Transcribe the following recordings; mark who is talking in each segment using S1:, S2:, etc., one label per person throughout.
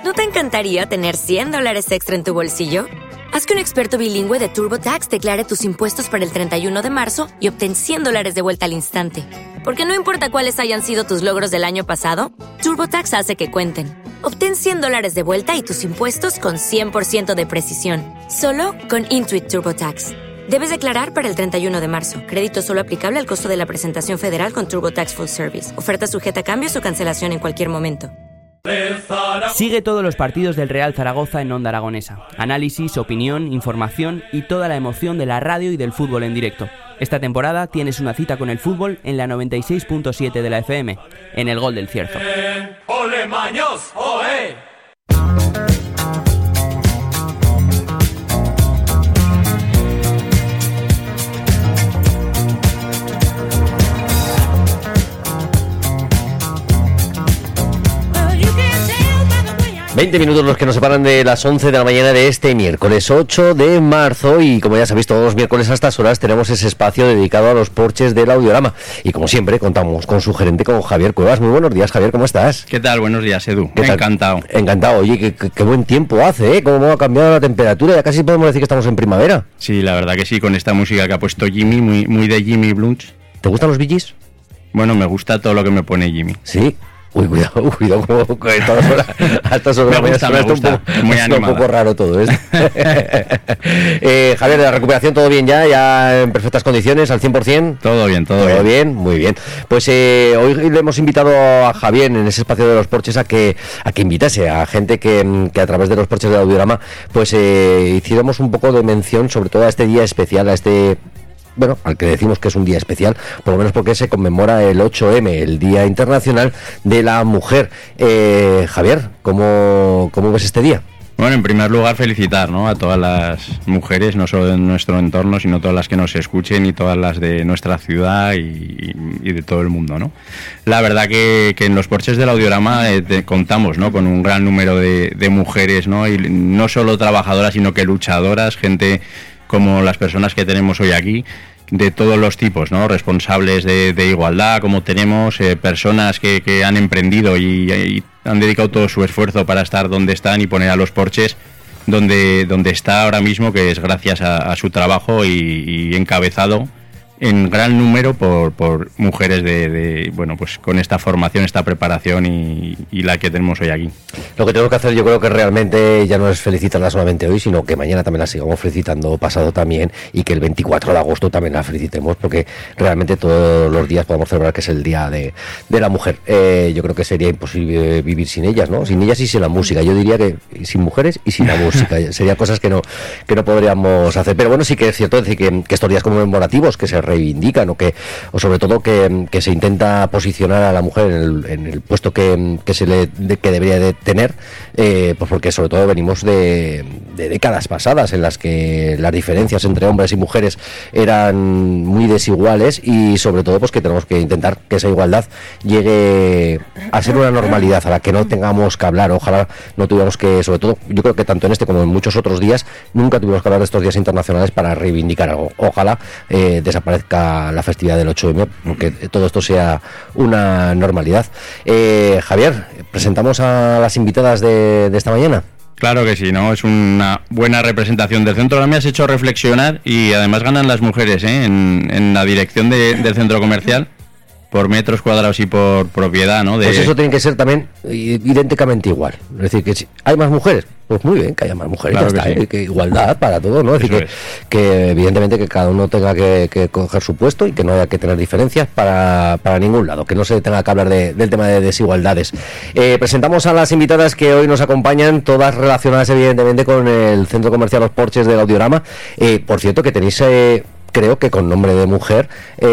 S1: ¿No te encantaría tener $100 extra en tu bolsillo? Haz que un experto bilingüe de TurboTax declare tus impuestos para el 31 de marzo y obtén $100 de vuelta al instante. Porque no importa cuáles hayan sido tus logros del año pasado, TurboTax hace que cuenten. Obtén $100 de vuelta y tus impuestos con 100% de precisión. Solo con Intuit TurboTax. Debes declarar para el 31 de marzo. Crédito solo aplicable al costo de la presentación federal con TurboTax Full Service. Oferta sujeta a cambios o cancelación en cualquier momento.
S2: Sigue todos los partidos del Real Zaragoza en Onda Aragonesa. Análisis, opinión, información y toda la emoción de la radio y del fútbol en directo. Esta temporada tienes una cita con el fútbol en la 96.7 de la FM, en el Gol del Cierzo.
S3: ¡Ole Maños! ¡Oe!
S4: 20 minutos los que nos separan de las 11 de la mañana de este miércoles 8 de marzo y como ya sabéis todos los miércoles a estas horas tenemos ese espacio dedicado a los porches del Audiorama y como siempre contamos con su gerente, con Javier Cuevas. Muy buenos días, Javier, ¿cómo estás?
S5: ¿Qué tal? Buenos días, Edu.
S4: Encantado. Encantado. Oye, qué buen tiempo hace, ¿eh? Cómo ha cambiado la temperatura, ya casi podemos decir que estamos en primavera.
S5: Sí, la verdad que sí, con esta música que ha puesto Jimmy, muy de Jimmy Blues.
S4: ¿Te gustan los Bee Gees?
S5: Bueno, me gusta todo lo que me pone Jimmy.
S4: Sí. Uy, cuidado, como que hasta sobre
S5: me gusta, muy
S4: un poco raro todo esto. Javier, de la recuperación, ¿todo bien ya en perfectas condiciones, al 100%?
S5: Todo bien.
S4: Muy bien. Pues hoy le hemos invitado a Javier en ese espacio de los porches a que invitase a gente que a través de los porches del Audiorama pues hiciéramos un poco de mención sobre todo a este día especial, al que decimos que es un día especial, por lo menos porque se conmemora el 8M, el Día Internacional de la Mujer. Javier, ¿cómo ves este día?
S5: Bueno, en primer lugar felicitar, ¿no?, a todas las mujeres, no solo de nuestro entorno, sino todas las que nos escuchen y todas las de nuestra ciudad y de todo el mundo, ¿no? La verdad que en los porches del Audiorama contamos, ¿no?, con un gran número de mujeres, ¿no?, y no solo trabajadoras, sino que luchadoras, gente como las personas que tenemos hoy aquí, de todos los tipos, ¿no?, responsables de igualdad, como tenemos personas que han emprendido y han dedicado todo su esfuerzo para estar donde están y poner a los porches donde está ahora mismo, que es gracias a su trabajo y encabezado en gran número por mujeres pues con esta formación, esta preparación y la que tenemos hoy aquí.
S4: Lo que tenemos que hacer, yo creo que realmente ya no es felicitarlas solamente hoy, sino que mañana también las sigamos felicitando, pasado también, y que el 24 de agosto también las felicitemos, porque realmente todos los días podemos celebrar que es el Día de la Mujer. Yo creo que sería imposible vivir sin ellas, ¿no? Sin ellas y sin la música. Yo diría que sin mujeres y sin la música. Serían cosas que no podríamos hacer. Pero bueno, sí que es cierto decir que estos días conmemorativos que se reivindican o sobre todo que se intenta posicionar a la mujer en el puesto que debería de tener, pues porque sobre todo venimos de décadas pasadas en las que las diferencias entre hombres y mujeres eran muy desiguales y sobre todo pues que tenemos que intentar que esa igualdad llegue a ser una normalidad a la que no tengamos que hablar. Ojalá no tuviéramos que, sobre todo yo creo que tanto en este como en muchos otros días, nunca tuvimos que hablar de estos días internacionales para reivindicar algo. Ojalá desaparezca la festividad del 8M, porque todo esto sea una normalidad. Javier, presentamos a las invitadas de esta mañana.
S5: Claro que sí, ¿no? Es una buena representación del centro. Ahora me has hecho reflexionar y además ganan las mujeres, en la dirección del centro comercial, por metros cuadrados y por propiedad, ¿no?
S4: Pues eso tiene que ser también idénticamente igual. Es decir, que si hay más mujeres, pues muy bien, que haya más mujeres, claro, ya está, que igualdad para todos, ¿no? Es decir, que evidentemente que cada uno tenga que coger su puesto y que no haya que tener diferencias para ningún lado, que no se tenga que hablar del tema de desigualdades. Presentamos a las invitadas que hoy nos acompañan, todas relacionadas evidentemente con el Centro Comercial Los Porches del Audiorama. Por cierto, que tenéis... creo que con nombre de mujer,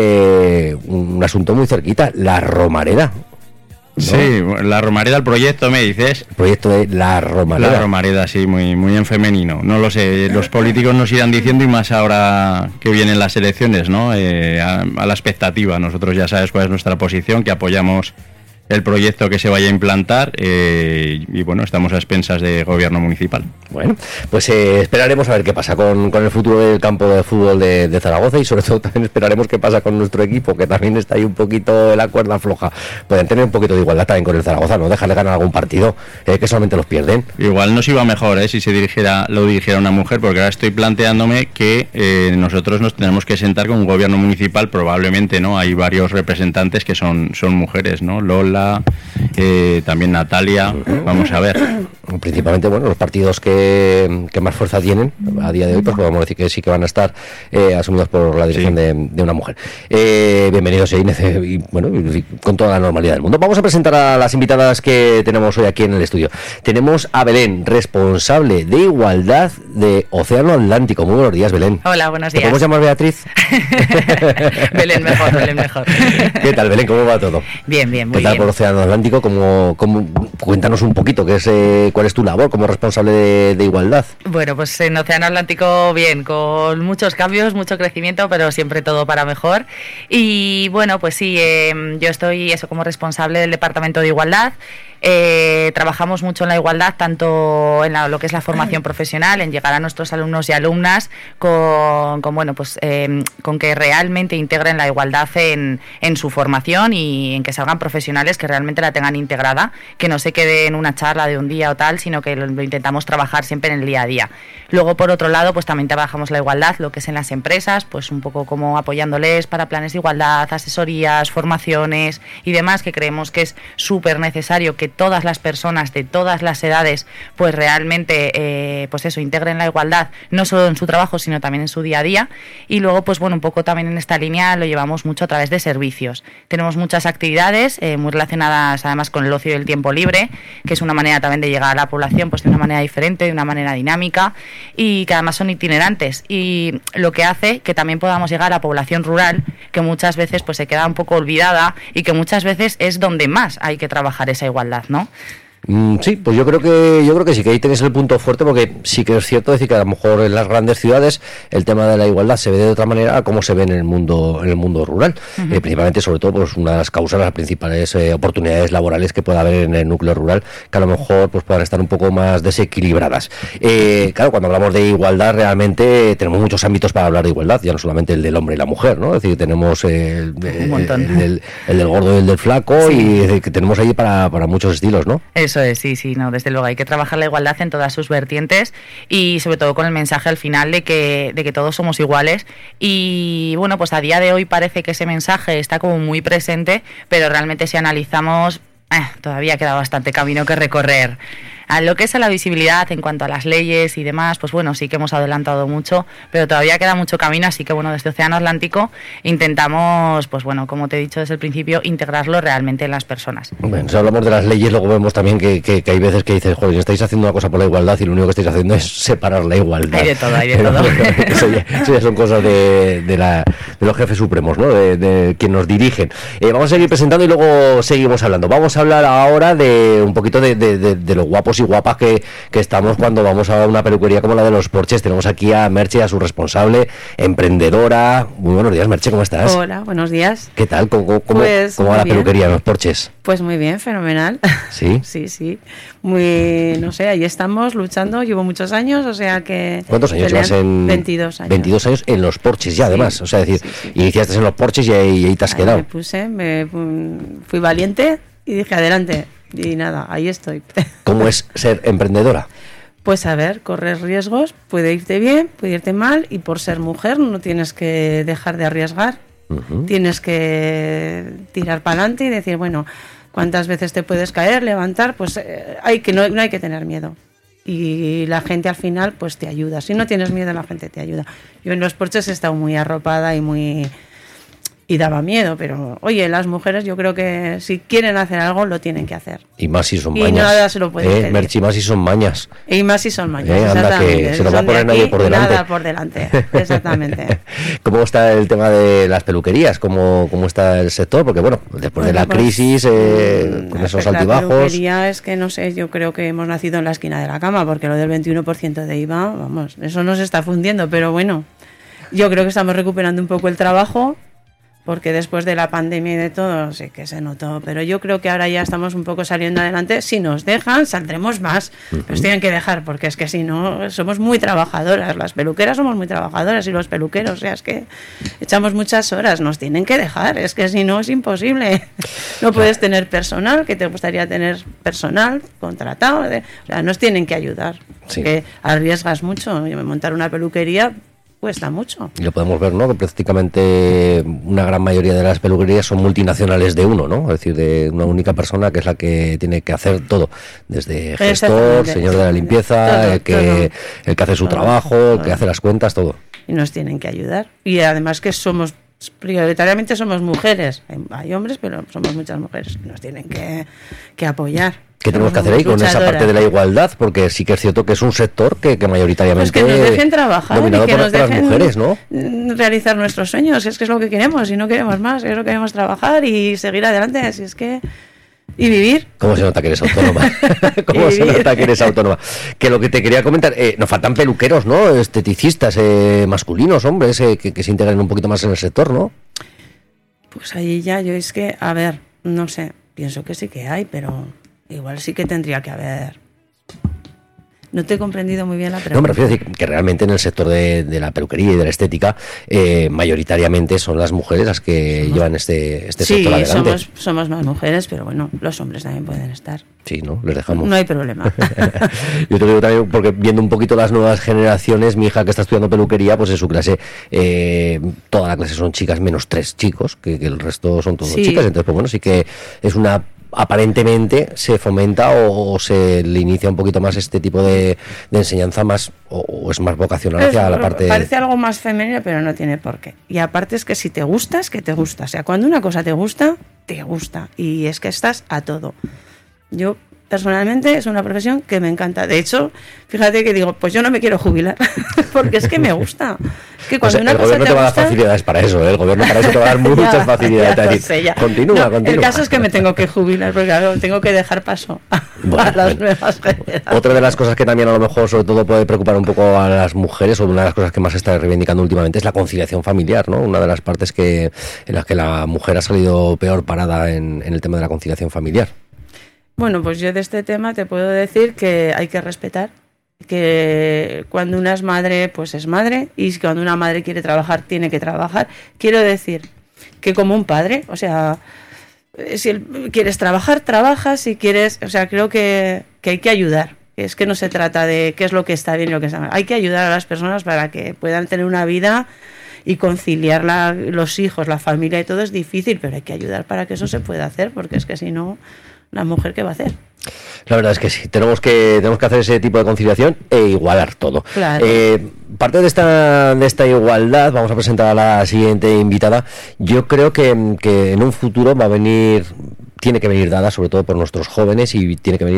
S4: un asunto muy cerquita, la Romareda, ¿no?
S5: Sí, la Romareda, el proyecto, me dices.
S4: El proyecto de la Romareda.
S5: La Romareda, sí, muy en femenino. No lo sé, los políticos nos irán diciendo, y más ahora que vienen las elecciones, ¿no? A la expectativa. Nosotros ya sabes cuál es nuestra posición, que apoyamos el proyecto que se vaya a implantar y bueno, estamos a expensas de gobierno municipal.
S4: Bueno, pues esperaremos a ver qué pasa con el futuro del campo de fútbol de Zaragoza y sobre todo también esperaremos qué pasa con nuestro equipo, que también está ahí un poquito en la cuerda floja. Pueden tener un poquito de igualdad también con el Zaragoza, no dejarle ganar algún partido que solamente los pierden.
S5: Igual nos iba mejor si lo dirigiera una mujer, porque ahora estoy planteándome que nosotros nos tenemos que sentar con un gobierno municipal, probablemente, ¿no? Hay varios representantes que son mujeres, ¿no? Lola, también Natalia, vamos a ver.
S4: Principalmente, bueno, los partidos que más fuerza tienen a día de hoy, pues podemos decir que sí que van a estar asumidos por la dirección de una mujer. Bienvenidos, Inés, y bueno, con toda la normalidad del mundo. Vamos a presentar a las invitadas que tenemos hoy aquí en el estudio. Tenemos a Belén, responsable de igualdad de Océano Atlántico. Muy buenos días, Belén.
S6: Hola, buenos días.
S4: ¿Te podemos llamar Beatriz?
S6: Belén mejor.
S4: ¿Qué tal, Belén? ¿Cómo va todo?
S6: Bien, muy
S4: ¿Qué tal
S6: bien.
S4: por Océano Atlántico? Cuéntanos un poquito, ¿cuál es tu labor como responsable de igualdad?
S6: Bueno, pues en Océano Atlántico bien, con muchos cambios, mucho crecimiento, pero siempre todo para mejor. Y bueno, pues sí, yo estoy como responsable del Departamento de Igualdad. Trabajamos mucho en la igualdad, tanto en lo que es la formación profesional, en llegar a nuestros alumnos y alumnas con que realmente integren la igualdad en su formación y en que salgan profesionales que realmente la tengan integrada, que no se quede en una charla de un día o tal, sino que lo intentamos trabajar siempre en el día a día. Luego, por otro lado, pues también trabajamos la igualdad, lo que es en las empresas, pues un poco como apoyándoles para planes de igualdad, asesorías, formaciones y demás, que creemos que es súper necesario que todas las personas de todas las edades pues realmente integren la igualdad, no solo en su trabajo sino también en su día a día. Y luego pues bueno, un poco también en esta línea lo llevamos mucho a través de servicios. Tenemos muchas actividades muy relacionadas además con el ocio y el tiempo libre, que es una manera también de llegar a la población pues de una manera diferente, de una manera dinámica, y que además son itinerantes, y lo que hace que también podamos llegar a la población rural, que muchas veces pues se queda un poco olvidada y que muchas veces es donde más hay que trabajar esa igualdad, ¿no?
S4: Sí, pues yo creo que sí, que ahí tenéis el punto fuerte, porque sí que es cierto decir que a lo mejor en las grandes ciudades el tema de la igualdad se ve de otra manera a cómo se ve en el mundo rural. Principalmente, sobre todo, pues una de las causas, las principales oportunidades laborales que pueda haber en el núcleo rural, que a lo mejor pues puedan estar un poco más desequilibradas. Claro, cuando hablamos de igualdad realmente tenemos muchos ámbitos para hablar de igualdad, ya no solamente el del hombre y la mujer, ¿no? Es decir, tenemos el del gordo y el del flaco, sí. Y es decir, que tenemos ahí para muchos estilos, ¿no?
S6: Eso es, sí, no, desde luego hay que trabajar la igualdad en todas sus vertientes y sobre todo con el mensaje al final de que todos somos iguales. Y bueno, pues a día de hoy parece que ese mensaje está como muy presente, pero realmente si analizamos todavía queda bastante camino que recorrer. A lo que es a la visibilidad en cuanto a las leyes y demás, pues bueno, sí que hemos adelantado mucho, pero todavía queda mucho camino, así que bueno, desde Océano Atlántico intentamos, pues bueno, como te he dicho desde el principio, integrarlo realmente en las personas.
S4: Bueno, si hablamos de las leyes, luego vemos también que hay veces que dices, joder, estáis haciendo una cosa por la igualdad y lo único que estáis haciendo es separar la igualdad.
S6: Hay de todo.
S4: Eso ya son cosas de los jefes supremos, ¿no? De quien nos dirigen. Vamos a seguir presentando y luego seguimos hablando. Vamos a hablar ahora de un poquito de los guapos y guapas que estamos cuando vamos a una peluquería como la de los Porches. Tenemos aquí a Merche, a su responsable, emprendedora. Muy buenos días, Merche, ¿cómo estás?
S7: Hola, buenos días.
S4: ¿Qué tal? ¿Cómo va la peluquería en los Porches?
S7: Pues muy bien, fenomenal.
S4: ¿Sí?
S7: Sí. Muy, no sé, ahí estamos luchando, llevo muchos años, o sea que...
S4: ¿Cuántos años llevas en...?
S7: 22 años.
S4: 22 años en los Porches ya, además, o sea, decir, sí. Iniciaste en los Porches y ahí te has quedado.
S7: Fui valiente y dije adelante. Y nada, ahí estoy.
S4: ¿Cómo es ser emprendedora?
S7: Pues a ver, correr riesgos, puede irte bien, puede irte mal, y por ser mujer no tienes que dejar de arriesgar. Tienes que tirar para adelante y decir, bueno, ¿cuántas veces te puedes caer, levantar? Pues no hay que tener miedo. Y la gente al final pues te ayuda. Si no tienes miedo, la gente te ayuda. Yo en los Porches he estado muy arropada y daba miedo, pero oye, las mujeres yo creo que si quieren hacer algo lo tienen que hacer.
S4: Y más si son mañas.
S7: Y nada se lo pueden pedir.
S4: Merchi, más si son mañas.
S7: Y más si son mañas,
S4: exactamente. Que se nos va a poner nadie por delante.
S7: Nada por delante, exactamente.
S4: ¿Cómo está el tema de las peluquerías? ¿Cómo está el sector? Porque bueno, después de la crisis, con esos altibajos...
S7: La peluquería es que no sé, yo creo que hemos nacido en la esquina de la cama, porque lo del 21% de IVA, vamos, eso nos está fundiendo, pero bueno, yo creo que estamos recuperando un poco el trabajo. porque después de la pandemia y de todo sí que se notó, pero yo creo que ahora ya estamos un poco saliendo adelante. Si nos dejan, saldremos más, nos tienen que dejar, porque es que si no, somos muy trabajadoras, las peluqueras somos muy trabajadoras y los peluqueros, o sea, es que echamos muchas horas, nos tienen que dejar, es que si no es imposible, no puedes tener personal, que te gustaría tener personal contratado, o sea, nos tienen que ayudar, que arriesgas mucho, montar una peluquería cuesta mucho.
S4: Y lo podemos ver, ¿no? Que prácticamente una gran mayoría de las peluquerías son multinacionales de uno, ¿no? Es decir, de una única persona que es la que tiene que hacer todo, desde gestor, señor de la limpieza, todo, el que hace su trabajo, el que hace las cuentas, todo.
S7: Y nos tienen que ayudar. Y además que prioritariamente somos mujeres. Hay hombres, pero somos muchas mujeres que nos tienen que apoyar.
S4: ¿Qué tenemos que hacer ahí con esa parte de la igualdad? Porque sí que es cierto que es un sector que mayoritariamente
S7: pues que nos dejen trabajar
S4: dominado
S7: y que
S4: por
S7: nos
S4: las
S7: dejen
S4: mujeres, ¿no?
S7: Realizar nuestros sueños. Es que es lo que queremos y no queremos más. Es lo que queremos, trabajar y seguir adelante. Así es que... Y vivir.
S4: ¿Cómo se nota que eres autónoma? ¿Cómo se nota que eres autónoma? Que lo que te quería comentar, nos faltan peluqueros, ¿no? Esteticistas masculinos, hombres, que se integren un poquito más en el sector, ¿no?
S7: Pues ahí ya yo es que, a ver, no sé, pienso que sí que hay, pero igual sí que tendría que haber. No te he comprendido muy bien la pregunta.
S4: No, me refiero a decir que realmente en el sector de la peluquería y de la estética, mayoritariamente son las mujeres las que llevan este sector adelante.
S7: Sí, somos más mujeres, pero bueno, los hombres también pueden estar.
S4: Sí, ¿no? Les dejamos.
S7: No hay problema.
S4: Yo te digo también, porque viendo un poquito las nuevas generaciones, mi hija que está estudiando peluquería, pues en su clase, toda la clase son chicas, menos 3 chicos, que el resto son todos chicas. Entonces, pues bueno, sí que es una... Aparentemente se fomenta o se le inicia un poquito más este tipo de enseñanza más o es más vocacional hacia la parte...
S7: Parece algo más femenino, pero no tiene por qué. Y aparte es que si te gusta, es que te gusta. O sea, cuando una cosa te gusta, te gusta. Y es que estás a todo. Yo, personalmente, es una profesión que me encanta. De hecho, fíjate que digo, pues yo no me quiero jubilar, porque es que me gusta. Que cuando una
S4: el
S7: cosa
S4: gobierno te va a dar facilidades para eso, el gobierno para eso te va a dar muchas facilidades. Continúa.
S7: El caso es que me tengo que jubilar, porque claro, tengo que dejar paso a las nuevas generaciones.
S4: Otra de las cosas que también a lo mejor sobre todo puede preocupar un poco a las mujeres, o una de las cosas que más se está reivindicando últimamente, es la conciliación familiar, ¿no? Una de las partes en las que la mujer ha salido peor parada en el tema de la conciliación familiar.
S7: Bueno, pues yo de este tema te puedo decir que hay que respetar, que cuando una es madre, pues es madre, y cuando una madre quiere trabajar, tiene que trabajar. Quiero decir que como un padre, o sea, si quieres trabajar, trabajas, si quieres, o sea, creo que hay que ayudar. Es que no se trata de qué es lo que está bien y lo que está mal. Hay que ayudar a las personas para que puedan tener una vida y conciliar los hijos, la familia y todo es difícil, pero hay que ayudar para que eso se pueda hacer, porque es que si no... ¿La mujer qué va a hacer?
S4: La verdad es que sí, tenemos que hacer ese tipo de conciliación e igualar todo.
S7: Claro.
S4: Parte de esta igualdad, vamos a presentar a la siguiente invitada. Yo creo que en un futuro tiene que venir dada sobre todo por nuestros jóvenes y tiene que venir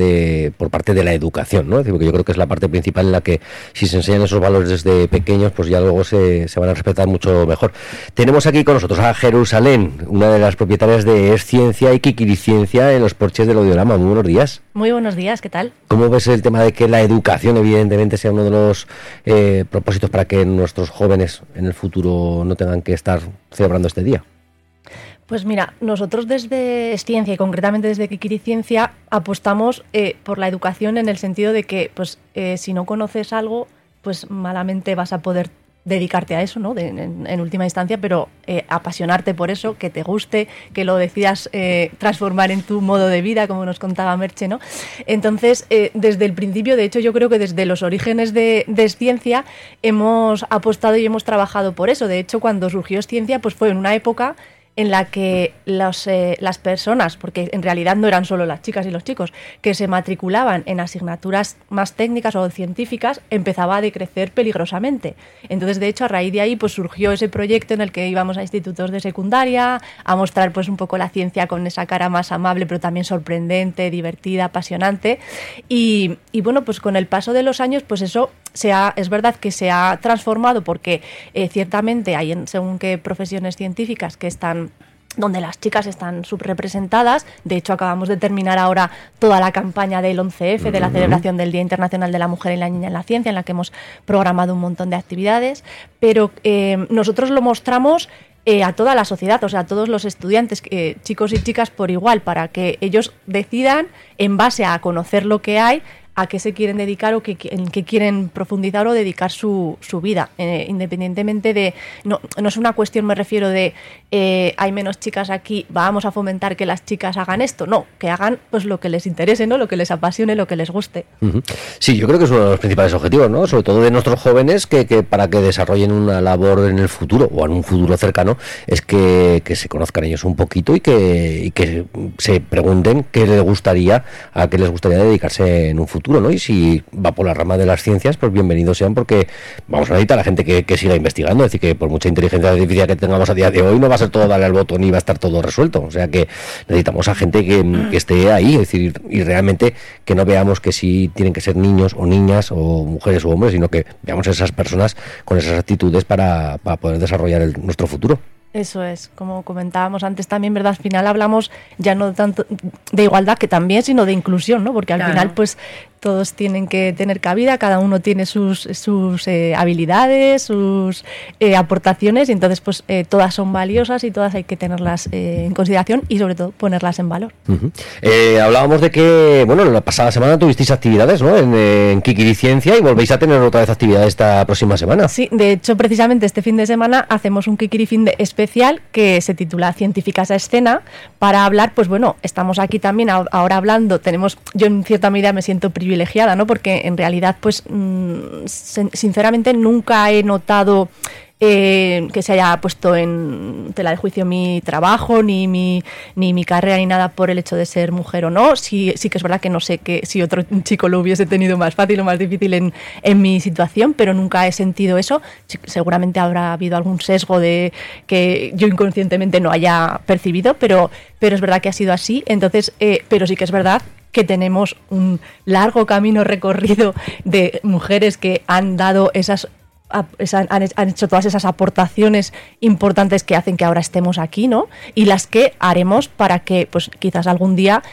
S4: por parte de la educación, ¿no? Es decir, porque yo creo que es la parte principal en la que si se enseñan esos valores desde pequeños, pues ya luego se van a respetar mucho mejor. Tenemos aquí con nosotros a Jerusalén, una de las propietarias de Es Ciencia y Kikiriciencia en los porches del Audiorama. Muy buenos días.
S8: Muy buenos días, ¿qué tal?
S4: ¿Cómo ves el tema de que la educación evidentemente sea uno de los propósitos para que nuestros jóvenes en el futuro no tengan que estar celebrando este día?
S8: Pues mira, nosotros desde Ciencia y concretamente desde Kikiriciencia apostamos por la educación en el sentido de que pues si no conoces algo, pues malamente vas a poder dedicarte a eso, ¿no? En última instancia, pero apasionarte por eso, que te guste, que lo decidas transformar en tu modo de vida, como nos contaba Merche, ¿no? Entonces, desde el principio, de hecho, yo creo que desde los orígenes de Ciencia hemos apostado y hemos trabajado por eso. De hecho, cuando surgió Ciencia, pues fue en una época en la que las personas, porque en realidad no eran solo las chicas y los chicos, que se matriculaban en asignaturas más técnicas o científicas, empezaba a decrecer peligrosamente. Entonces, de hecho, a raíz de ahí pues surgió ese proyecto en el que íbamos a institutos de secundaria, a mostrar pues un poco la ciencia con esa cara más amable, pero también sorprendente, divertida, apasionante. Y bueno, pues con el paso de los años, pues eso es verdad que se ha transformado porque ciertamente hay según qué profesiones científicas que están donde las chicas están subrepresentadas. De hecho, acabamos de terminar ahora toda la campaña del 11F, de la celebración del Día Internacional de la Mujer y la Niña en la Ciencia, en la que hemos programado un montón de actividades, pero nosotros lo mostramos a toda la sociedad, o sea, a todos los estudiantes, chicos y chicas por igual, para que ellos decidan en base a conocer lo que hay, a qué se quieren dedicar o en qué quieren profundizar o dedicar su vida, independientemente de... No es una cuestión, me refiero, de hay menos chicas aquí, vamos a fomentar que las chicas hagan esto. No, que hagan pues lo que les interese, ¿no? Lo que les apasione, lo que les guste.
S4: Uh-huh. Sí, yo creo que es uno de los principales objetivos, ¿no? Sobre todo de nuestros jóvenes, que para que desarrollen una labor en el futuro o en un futuro cercano, es que se conozcan ellos un poquito y que se pregunten qué les gustaría dedicarse en un futuro, ¿no? Y si va por la rama de las ciencias, pues bienvenidos sean, porque vamos a necesitar a la gente que siga investigando. Es decir, que por mucha inteligencia artificial que tengamos a día de hoy, no va a ser todo darle al botón y va a estar todo resuelto. O sea que necesitamos a gente que esté ahí, es decir, y realmente que no veamos que si tienen que ser niños o niñas o mujeres o hombres, sino que veamos a esas personas con esas actitudes para poder desarrollar nuestro futuro.
S8: Eso es, como comentábamos antes también, ¿verdad? Al final hablamos ya no tanto de igualdad, que también, sino de inclusión, ¿no? Porque al final, pues, todos tienen que tener cabida, cada uno tiene sus habilidades, sus aportaciones, y entonces, pues, todas son valiosas y todas hay que tenerlas en consideración y, sobre todo, ponerlas en valor.
S4: Uh-huh. Hablábamos de que, bueno, la pasada semana tuvisteis actividades, ¿no? En Kikiriciencia, y volvéis a tener otra vez actividades esta próxima semana.
S8: Sí, de hecho, precisamente este fin de semana hacemos un Kikirifin especial que se titula Científicas a Escena, para hablar, pues bueno, estamos aquí también ahora hablando, yo en cierta medida me siento privilegiada, ¿no? Porque en realidad, pues sinceramente nunca he notado que se haya puesto en tela de juicio mi trabajo, ni mi carrera, ni nada por el hecho de ser mujer o no. Sí que es verdad que no sé que si otro chico lo hubiese tenido más fácil o más difícil en mi situación, pero nunca he sentido eso. Seguramente habrá habido algún sesgo de que yo inconscientemente no haya percibido, pero es verdad que ha sido así. Entonces, pero sí que es verdad que tenemos un largo camino recorrido de mujeres que han dado han hecho todas esas aportaciones importantes que hacen que ahora estemos aquí, ¿no? Y las que haremos para que, pues, quizás algún día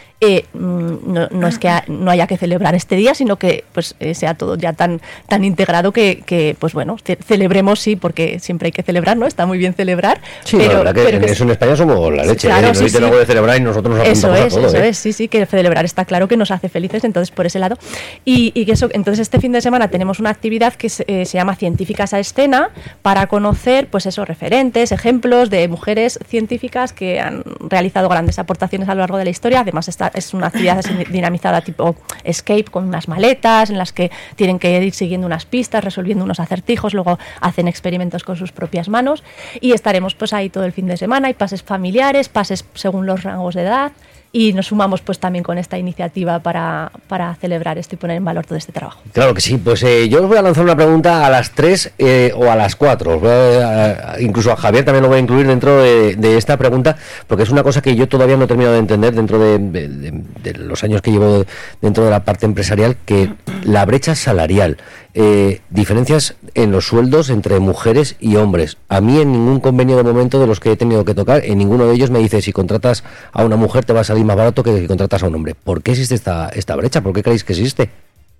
S8: no es que no haya que celebrar este día, sino que pues sea todo ya tan integrado que pues bueno, celebremos, sí, porque siempre hay que celebrar, ¿no? Está muy bien celebrar.
S4: Sí, pero, la verdad que eso en España somos la leche, claro, no dicen algo de celebrar y nosotros nos apuntamos a todo.
S8: Eso es, sí, que celebrar está claro que nos hace felices, entonces por ese lado. Y que eso, entonces este fin de semana tenemos una actividad que se llama Científicas a Escena, para conocer, pues eso, referentes, ejemplos de mujeres científicas que han realizado grandes aportaciones a lo largo de la historia. Además, es una actividad dinamizada tipo escape, con unas maletas en las que tienen que ir siguiendo unas pistas, resolviendo unos acertijos, luego hacen experimentos con sus propias manos, y estaremos pues ahí todo el fin de semana. Hay pases familiares, pases según los rangos de edad, y nos sumamos pues también con esta iniciativa para celebrar esto y poner en valor todo este trabajo.
S4: Claro que sí, pues yo os voy a lanzar una pregunta a las 3 o a las 4, incluso a Javier también lo voy a incluir dentro de esta pregunta, porque es una cosa que yo todavía no he terminado de entender dentro de los años que llevo dentro de la parte empresarial, que la brecha salarial, diferencias en los sueldos entre mujeres y hombres. A mí en ningún convenio de momento de los que he tenido que tocar, en ninguno de ellos me dice si contratas a una mujer te va a salir más barato que si contratas a un hombre. ¿Por qué existe esta brecha? ¿Por qué creéis que existe?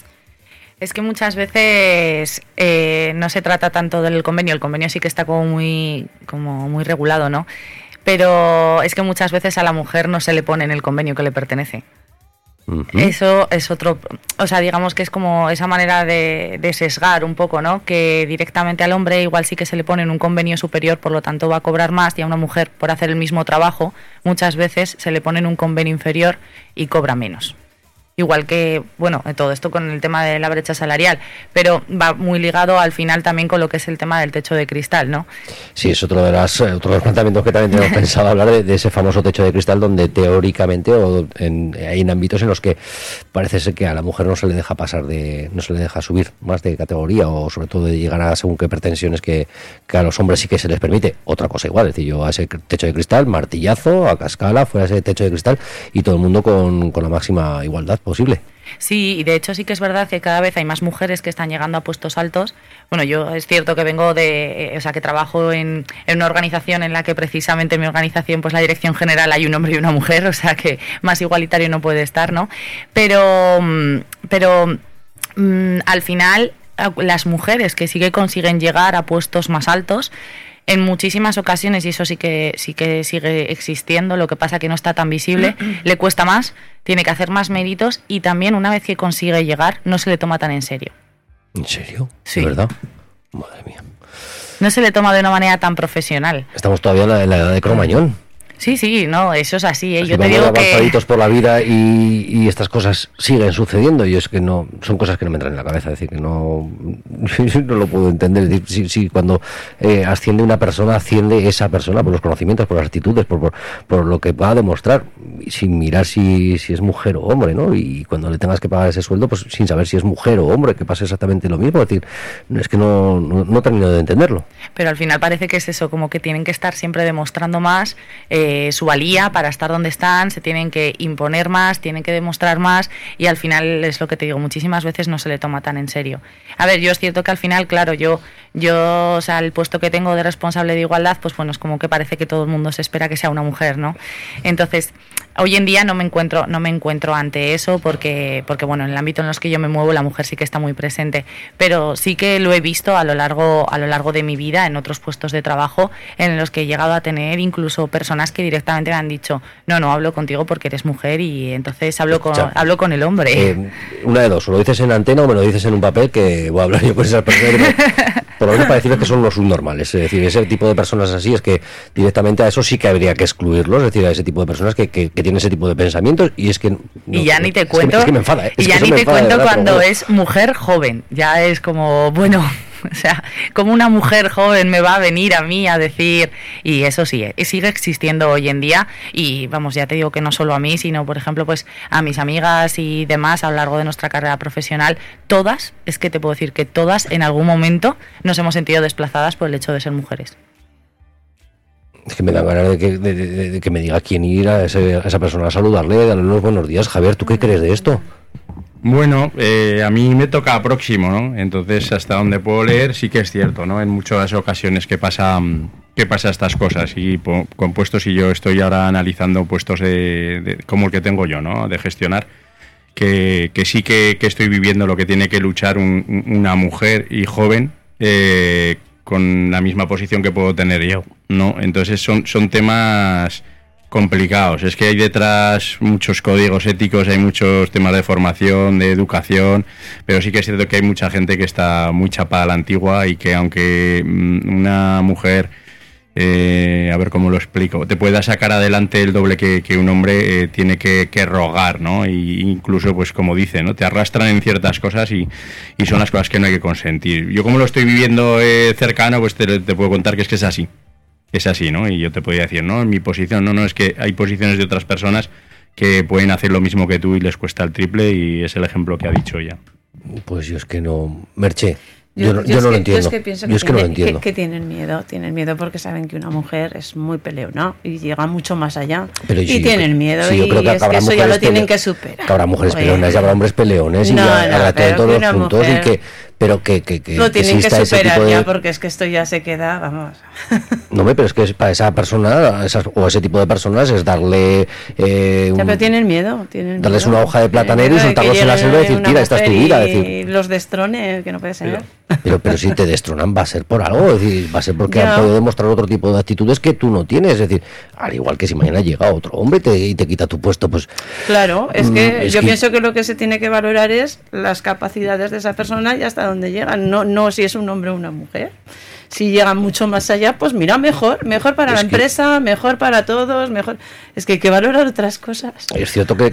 S6: Es que muchas veces no se trata tanto del convenio. El convenio sí que está como muy regulado, ¿no? Pero es que muchas veces a la mujer no se le pone en el convenio que le pertenece. Uh-huh. Eso es otro, o sea, digamos que es como esa manera de sesgar un poco, ¿no? Que directamente al hombre igual sí que se le pone en un convenio superior, por lo tanto va a cobrar más, y a una mujer por hacer el mismo trabajo muchas veces se le pone en un convenio inferior y cobra menos. Igual que, bueno, todo esto con el tema de la brecha salarial, pero va muy ligado al final también con lo que es el tema del techo de cristal, ¿no?
S4: Sí, es otro de los planteamientos que también tenemos pensado hablar de ese famoso techo de cristal, donde teóricamente hay en ámbitos en los que parece ser que a la mujer no se le deja no se le deja subir más de categoría, o sobre todo de llegar a según qué pretensiones que a los hombres sí que se les permite. Otra cosa igual, es decir, yo a ese techo de cristal, martillazo, a cascala, fuera ese techo de cristal, y todo el mundo con la máxima igualdad posible.
S6: Sí, y de hecho sí que es verdad que cada vez hay más mujeres que están llegando a puestos altos. Bueno, yo es cierto que vengo que trabajo en una organización en la que precisamente en mi organización, pues la dirección general hay un hombre y una mujer, o sea que más igualitario no puede estar, ¿no? Pero al final las mujeres que sí que consiguen llegar a puestos más altos, en muchísimas ocasiones, y eso sí que sigue existiendo, lo que pasa que no está tan visible, le cuesta más, tiene que hacer más méritos, y también una vez que consigue llegar, no se le toma tan en serio.
S4: ¿En serio?
S6: Sí.
S4: ¿De verdad? Madre mía.
S6: No se le toma de una manera tan profesional.
S4: Estamos todavía en la edad de Cromañón.
S6: Sí, no, eso es así, ¿eh?
S4: Es
S6: Yo
S4: que
S6: te digo que...
S4: avanzaditos por la vida y estas cosas siguen sucediendo, y es que no, son cosas que no me entran en la cabeza, es decir, que no lo puedo entender. Es decir, si cuando asciende una persona, asciende esa persona por los conocimientos, por las actitudes, por lo que va a demostrar, sin mirar si es mujer o hombre, ¿no? Y cuando le tengas que pagar ese sueldo, pues sin saber si es mujer o hombre, que pasa exactamente lo mismo. Es decir, es que no termino de entenderlo.
S6: Pero al final parece que es eso, como que tienen que estar siempre demostrando más su valía para estar donde están, se tienen que imponer más, tienen que demostrar más, y al final es lo que te digo, muchísimas veces no se le toma tan en serio. A ver, yo es cierto que al final, claro, yo o sea, el puesto que tengo de responsable de igualdad, pues bueno, es como que parece que todo el mundo se espera que sea una mujer, ¿no? Entonces, hoy en día no me encuentro ante eso porque bueno, en el ámbito en los que yo me muevo la mujer sí que está muy presente, pero sí que lo he visto a lo largo de mi vida en otros puestos de trabajo en los que he llegado a tener incluso personas que directamente me han dicho, no hablo contigo porque eres mujer, y entonces hablo con el hombre.
S4: Una de dos, o lo dices en antena o me lo dices en un papel, que voy a hablar yo con esas personas. Por lo menos para decirles que son los subnormales. Es decir, ese tipo de personas así es que directamente a eso sí que habría que excluirlos. Es decir, a ese tipo de personas que tienen ese tipo de pensamientos, y es que... No,
S6: y ya ni te cuento...
S4: Es que me enfada, ¿eh?
S6: Y ya ni te cuento cuando es mujer joven. Ya es como, bueno... O sea, como una mujer joven me va a venir a mí a decir, y eso sí, sigue existiendo hoy en día, y vamos, ya te digo que no solo a mí, sino por ejemplo pues a mis amigas y demás a lo largo de nuestra carrera profesional, todas, es que te puedo decir que todas en algún momento nos hemos sentido desplazadas por el hecho de ser mujeres.
S4: Es que me da ganas de que me diga quién ir a esa persona a saludarle, darle los buenos días. Javier, ¿tú qué crees de esto?
S5: Bueno, a mí me toca próximo, ¿no? Entonces, hasta donde puedo leer, sí que es cierto, ¿no? En muchas ocasiones que pasa estas cosas, y con puestos, y yo estoy ahora analizando puestos de como el que tengo yo, ¿no? De gestionar, que sí que estoy viviendo lo que tiene que luchar una mujer y joven con la misma posición que puedo tener yo, ¿no? Entonces son temas complicados. Es que hay detrás muchos códigos éticos, hay muchos temas de formación, de educación, pero sí que es cierto que hay mucha gente que está muy chapada a la antigua, y que aunque una mujer, a ver cómo lo explico, te pueda sacar adelante el doble que un hombre, tiene que rogar, ¿no? Y incluso, pues como dice, ¿no? Te arrastran en ciertas cosas, y son las cosas que no hay que consentir. Yo, como lo estoy viviendo cercano, pues te puedo contar que es así. Es así, ¿no? Y yo te podría decir, no, en mi posición, no, es que hay posiciones de otras personas que pueden hacer lo mismo que tú y les cuesta el triple, y es el ejemplo que ha dicho ella.
S4: Pues yo es que no... Merche, yo no lo entiendo. Yo es que pienso que no lo entiendo.
S7: Que tienen miedo porque saben que una mujer es muy peleona y llega mucho más allá.
S4: Pero
S7: tienen miedo, sí, y es que eso ya lo tienen que superar.
S4: Que habrá mujeres peleonas y habrá hombres peleones, y habrá todo en todos los puntos, y que... Pero que
S7: lo tienen que superar ya, porque es que esto ya se queda, vamos.
S4: No, pero es que para esa persona, o ese tipo de personas, es darle...
S7: pero tienen miedo.
S4: Darles una hoja de platanero y soltarlos en la selva y decir, tira, esta es tu vida.
S7: Y los destrone, que no puede ser.
S4: Pero si te destronan va a ser por algo, es decir, va a ser porque han podido demostrar otro tipo de actitudes que tú no tienes. Es decir, al igual que si mañana llega otro hombre y te quita tu puesto, pues...
S7: Claro, es que yo pienso que lo que se tiene que valorar es las capacidades de esa persona y hasta dónde llegan, no si es un hombre o una mujer. Si llegan mucho más allá, pues mira, mejor para la empresa, mejor para todos, mejor. Es que hay que valorar otras cosas.
S4: Es cierto que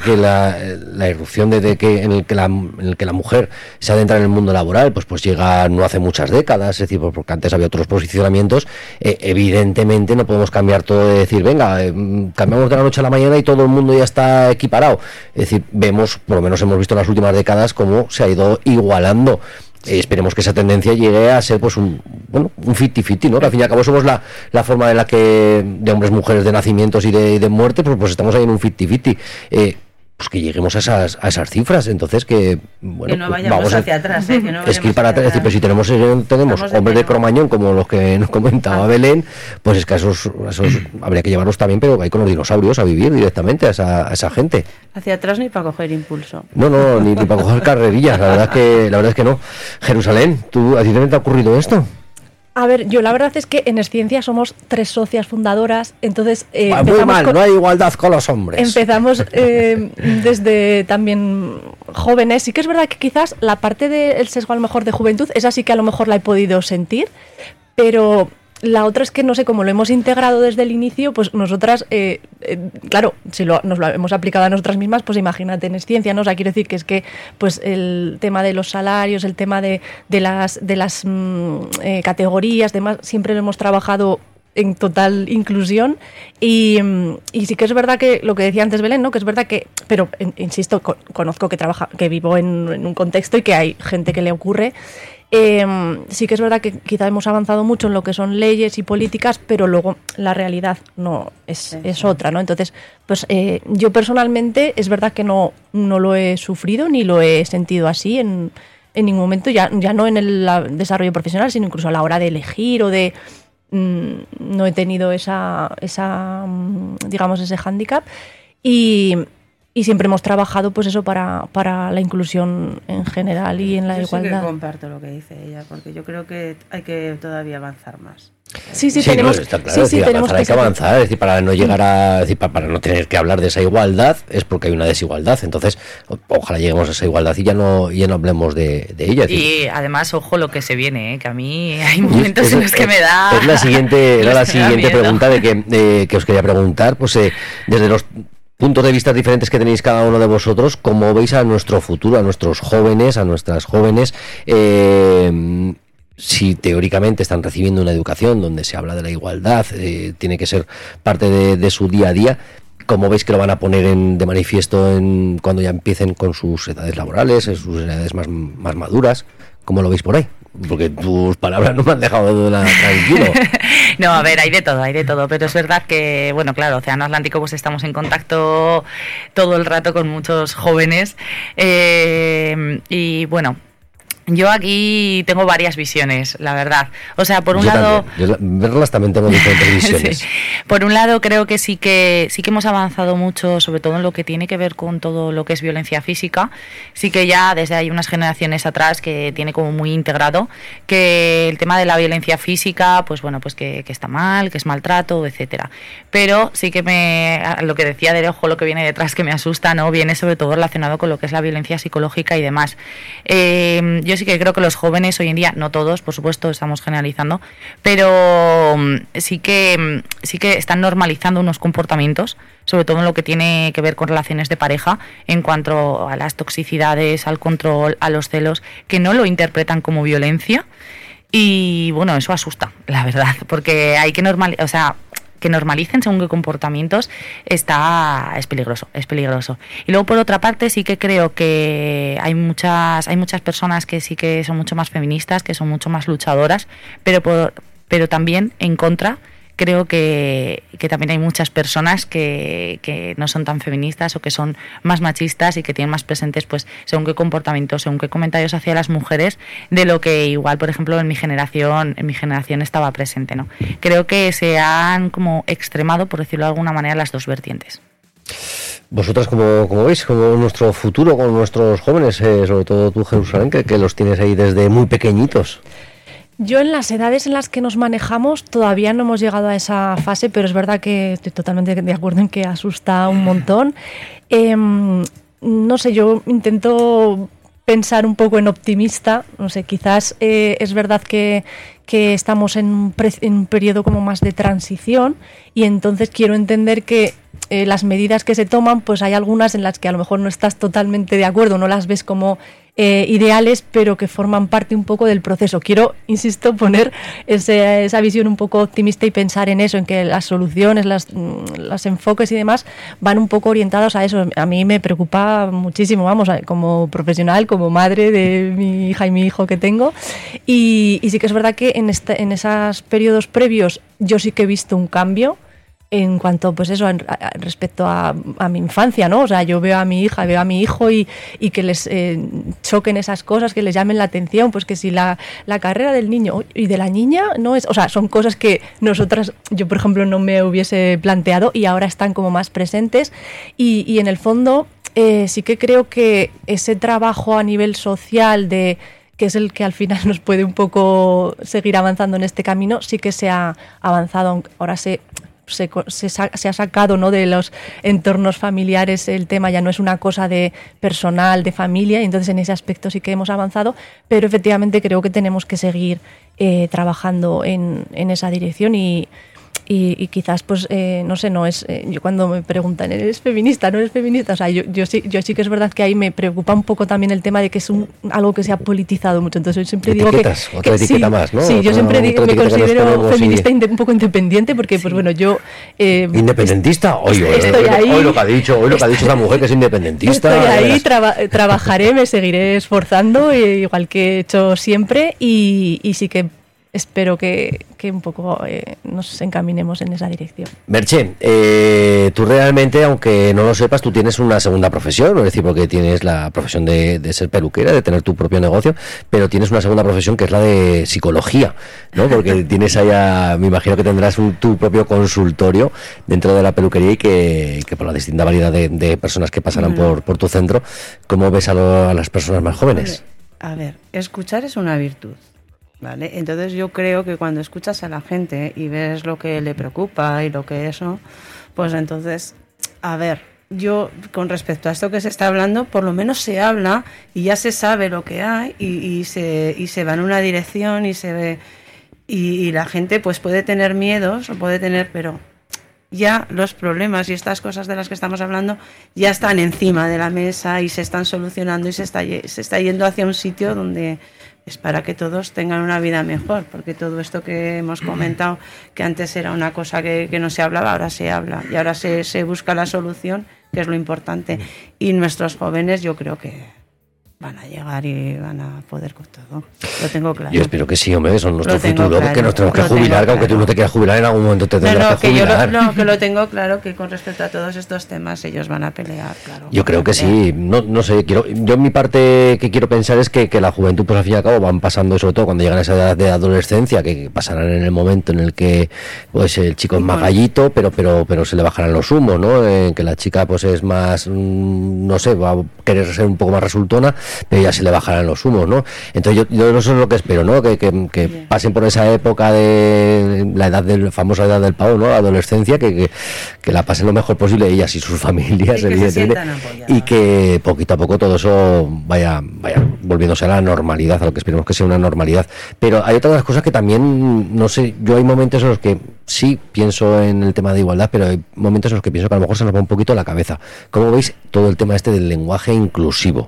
S4: la irrupción en el que la mujer se adentra en el mundo laboral, pues llega no hace muchas décadas, es decir, porque antes había otros posicionamientos. Evidentemente no podemos cambiar todo de decir, venga, cambiamos de la noche a la mañana y todo el mundo ya está equiparado. Es decir, por lo menos hemos visto en las últimas décadas cómo se ha ido igualando. Esperemos que esa tendencia llegue a ser pues un 50-50, ¿no? Que al fin y al cabo somos la forma en la que de hombres, mujeres, de nacimientos y de muerte, pues estamos ahí en un 50-50. Pues que lleguemos a esas cifras, entonces que
S7: no vayamos hacia atrás, que no
S4: es que ir para atrás, pero si tenemos hombres de Cromañón como los que nos comentaba Belén, pues es que a esos habría que llevarlos también, pero hay con los dinosaurios a vivir directamente a esa gente.
S7: Hacia atrás ni para coger impulso.
S4: No, ni para coger carrerillas, la verdad es que no. Jerusalén, ¿a ti también te ha ocurrido esto?
S8: A ver, yo la verdad es que en Esciencia somos 3 socias fundadoras, entonces...
S4: muy mal, no hay igualdad con los hombres.
S8: Empezamos desde también jóvenes. Sí que es verdad que quizás la parte del sesgo a lo mejor de juventud, esa sí que a lo mejor la he podido sentir, pero... La otra es que, no sé, como lo hemos integrado desde el inicio, pues nosotras, claro, si nos lo hemos aplicado a nosotras mismas, pues imagínate en Esciencia, ¿no? O sea, quiero decir que es que pues el tema de los salarios, el tema de las categorías, demás, siempre lo hemos trabajado en total inclusión y sí que es verdad que lo que decía antes Belén, ¿no? Que es verdad que, pero insisto, conozco que vivo en un contexto y que hay gente que le ocurre. Sí que es verdad que quizá hemos avanzado mucho en lo que son leyes y políticas, pero luego la realidad no es otra, ¿no? Entonces, pues yo personalmente es verdad que no lo he sufrido ni lo he sentido así en ningún momento, ya no en el desarrollo profesional, sino incluso a la hora de elegir o de... no he tenido esa digamos, ese hándicap y siempre hemos trabajado pues eso para la inclusión en general y en la igualdad.
S7: Sí que comparto lo que dice ella, porque yo creo que hay que todavía avanzar más.
S8: Sí, tenemos,
S4: no, está claro, tenemos hay que avanzar, es decir, para no llegar a, es decir, para no tener que hablar de esa igualdad es porque hay una desigualdad, entonces ojalá lleguemos a esa igualdad y ya no hablemos de ella.
S6: Y además, ojo lo que se viene, que a mí hay momentos en los que me da...
S4: Es la siguiente pregunta que os quería preguntar, pues desde los puntos de vista diferentes que tenéis cada uno de vosotros, ¿cómo veis a nuestro futuro, a nuestros jóvenes, a nuestras jóvenes? Si teóricamente están recibiendo una educación donde se habla de la igualdad, tiene que ser parte de su día a día, ¿cómo veis que lo van a poner de manifiesto cuando ya empiecen con sus edades laborales, en sus edades más maduras? ¿Cómo lo veis por ahí? Porque tus palabras no me han dejado tranquilo.
S6: No, a ver, hay de todo, pero es verdad que, bueno, claro, Océano Atlántico pues estamos en contacto todo el rato con muchos jóvenes y bueno, yo aquí tengo varias visiones, la verdad. O sea, por un lado...
S4: verlas también tengo diferentes visiones.
S6: Sí. Por un lado, creo que sí que hemos avanzado mucho, sobre todo en lo que tiene que ver con todo lo que es violencia física. Sí que ya desde hay unas generaciones atrás que tiene como muy integrado que el tema de la violencia física, pues bueno, pues que está mal, que es maltrato, etcétera. Pero sí que lo que decía de ojo, lo que viene detrás que me asusta, ¿no? Viene sobre todo relacionado con lo que es la violencia psicológica y demás. Yo sí que creo que los jóvenes hoy en día, no todos, por supuesto, estamos generalizando, pero sí que están normalizando unos comportamientos, sobre todo en lo que tiene que ver con relaciones de pareja, en cuanto a las toxicidades, al control, a los celos, que no lo interpretan como violencia. Y bueno, eso asusta, la verdad, porque hay que que normalicen según qué comportamientos es peligroso. Y luego, por otra parte, sí que creo que hay muchas personas que sí que son mucho más feministas, que son mucho más luchadoras, pero también en contra creo que también hay muchas personas que no son tan feministas o que son más machistas y que tienen más presentes pues según qué comportamientos, según qué comentarios hacia las mujeres de lo que igual, por ejemplo, en mi generación estaba presente, ¿no? Creo que se han como extremado, por decirlo de alguna manera, las dos vertientes.
S4: Vosotras, como veis, como nuestro futuro con nuestros jóvenes, sobre todo tú, Jerusalén, que los tienes ahí desde muy pequeñitos.
S8: Yo en las edades en las que nos manejamos todavía no hemos llegado a esa fase, pero es verdad que estoy totalmente de acuerdo en que asusta un montón. No sé, yo intento pensar un poco en optimista, no sé, quizás es verdad que estamos en un periodo como más de transición y entonces quiero entender que las medidas que se toman, pues hay algunas en las que a lo mejor no estás totalmente de acuerdo, no las ves como ideales, pero que forman parte un poco del proceso. Quiero, insisto, poner esa visión un poco optimista y pensar en eso, en que las soluciones, los enfoques y demás van un poco orientados a eso. A mí me preocupa muchísimo, vamos, como profesional, como madre de mi hija y mi hijo que tengo, y sí que es verdad que en esos periodos previos yo sí que he visto un cambio en cuanto, pues eso, respecto a mi infancia, ¿no? O sea, yo veo a mi hija, veo a mi hijo y que les choquen esas cosas, que les llamen la atención, pues que si la carrera del niño y de la niña no es... O sea, son cosas que yo por ejemplo no me hubiese planteado y ahora están como más presentes y en el fondo sí que creo que ese trabajo a nivel social de que es el que al final nos puede un poco seguir avanzando en este camino, sí que se ha avanzado, aunque ahora se ha sacado, ¿no?, de los entornos familiares, el tema ya no es una cosa de personal, de familia, y entonces en ese aspecto sí que hemos avanzado, pero efectivamente creo que tenemos que seguir trabajando en esa dirección y quizás, pues, no sé, no es... yo cuando me preguntan, ¿eres feminista? ¿No eres feminista? O sea, yo sí que es verdad que ahí me preocupa un poco también el tema de que es algo que se ha politizado mucho. Entonces yo siempre digo que...
S4: Otra etiqueta
S8: sí,
S4: más, ¿no?
S8: Sí, yo siempre me considero feminista un poco independiente porque, pues bueno, yo...
S4: ¿Independentista? Hoy lo que ha dicho esta mujer que es independentista.
S8: Estoy ahí, trabajaré, me seguiré esforzando, igual que he hecho siempre, y sí que espero que un poco nos encaminemos en esa dirección.
S4: Merche, tú realmente, aunque no lo sepas, tú tienes una segunda profesión, es decir, porque tienes la profesión de ser peluquera, de tener tu propio negocio, pero tienes una segunda profesión que es la de psicología, ¿no? Porque tienes allá, me imagino que tendrás tu propio consultorio dentro de la peluquería y que por la distinta variedad de personas que pasarán por tu centro, ¿cómo ves a las personas más jóvenes?
S7: A ver, escuchar es una virtud. ¿Vale? Entonces yo creo que cuando escuchas a la gente y ves lo que le preocupa y lo que eso, pues entonces, a ver, yo con respecto a esto que se está hablando, por lo menos se habla y ya se sabe lo que hay y se va en una dirección y se ve y la gente pues puede tener miedos o puede tener, pero ya los problemas y estas cosas de las que estamos hablando ya están encima de la mesa y se están solucionando y se está yendo hacia un sitio donde es para que todos tengan una vida mejor, porque todo esto que hemos comentado, que antes era una cosa que no se hablaba, ahora se habla y ahora se busca la solución, que es lo importante. Y nuestros jóvenes yo creo que van a llegar y van a poder con todo. Lo tengo claro.
S4: Yo espero que sí, hombre, son nuestro futuro, porque nos tenemos que jubilar, que aunque tú no te quieras jubilar, en algún momento te tendrás que jubilar.
S7: Que lo tengo claro, que con respecto a todos estos temas ellos van a pelear, claro.
S4: Yo creo que sí, no sé, yo en mi parte que quiero pensar es que la juventud, pues al fin y al cabo, van pasando, sobre todo cuando llegan a esa edad de adolescencia, que pasarán en el momento en el que pues el chico es más gallito, pero se le bajarán los humos, ¿no? Que la chica pues es más, no sé, va a querer ser un poco más resultona, pero ya se le bajarán los humos, ¿no? Entonces yo eso es lo que espero, ¿no? Que pasen por esa época de la famosa edad del pavo, ¿no? La adolescencia, que la pasen lo mejor posible ellas y sus familias, evidentemente, y que poquito a poco todo eso vaya volviéndose a la normalidad, a lo que esperemos que sea una normalidad. Pero hay otras cosas que también, no sé, yo hay momentos en los que sí pienso en el tema de igualdad, pero hay momentos en los que pienso que a lo mejor se nos va un poquito la cabeza. ¿Cómo veis todo el tema del lenguaje inclusivo?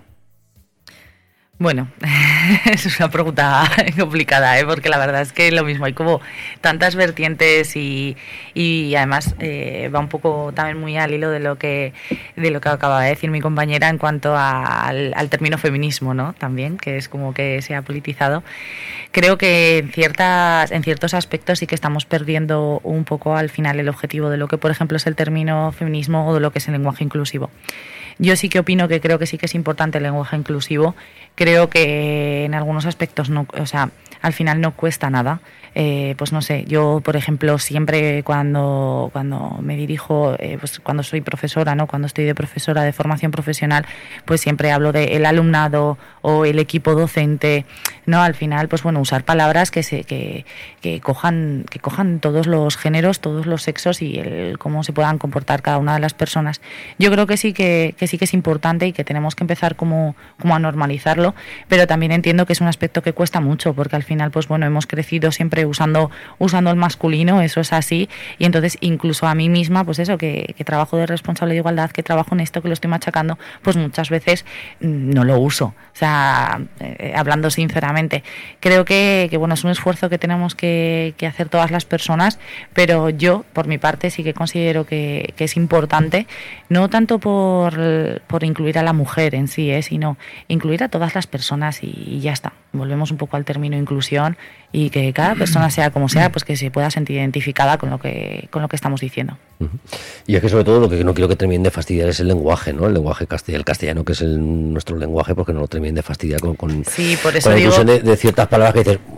S6: Bueno, es una pregunta complicada, porque la verdad es que lo mismo, hay como tantas vertientes y además va un poco también muy al hilo de lo que acaba de decir mi compañera en cuanto al término feminismo, ¿no? También, que es como que se ha politizado. Creo que en ciertos aspectos sí que estamos perdiendo un poco al final el objetivo de lo que, por ejemplo, es el término feminismo o de lo que es el lenguaje inclusivo. Yo sí que opino que creo que sí que es importante el lenguaje inclusivo. Creo que en algunos aspectos no, o sea, al final no cuesta nada. Pues no sé, yo por ejemplo siempre cuando me dirijo, pues cuando soy profesora, ¿no? Cuando estoy de profesora de formación profesional, pues siempre hablo de el alumnado o el equipo docente, ¿no? Al final, pues bueno, usar palabras que cojan todos los géneros, todos los sexos y cómo se puedan comportar cada una de las personas. Yo creo que sí que es importante y que tenemos que empezar como a normalizarlo, pero también entiendo que es un aspecto que cuesta mucho, porque al final, pues bueno, hemos crecido siempre usando el masculino, eso es así, y entonces incluso a mí misma, pues eso, que trabajo de responsable de igualdad, que trabajo en esto, que lo estoy machacando, pues muchas veces no lo uso. O sea, hablando sinceramente, creo que bueno, es un esfuerzo que tenemos que hacer todas las personas, pero yo, por mi parte, sí que considero que es importante, no tanto por incluir a la mujer en sí, sino incluir a todas las personas y ya está. Volvemos un poco al término inclusión y que cada persona, sea como sea, pues que se pueda sentir identificada con lo que estamos diciendo.
S4: Y es que sobre todo lo que no quiero que terminen de fastidiar es el lenguaje, ¿no? El lenguaje el castellano, que es nuestro lenguaje, porque no lo terminen de fastidiar con
S6: sí, por eso
S4: con la inclusión de ciertas palabras que dices,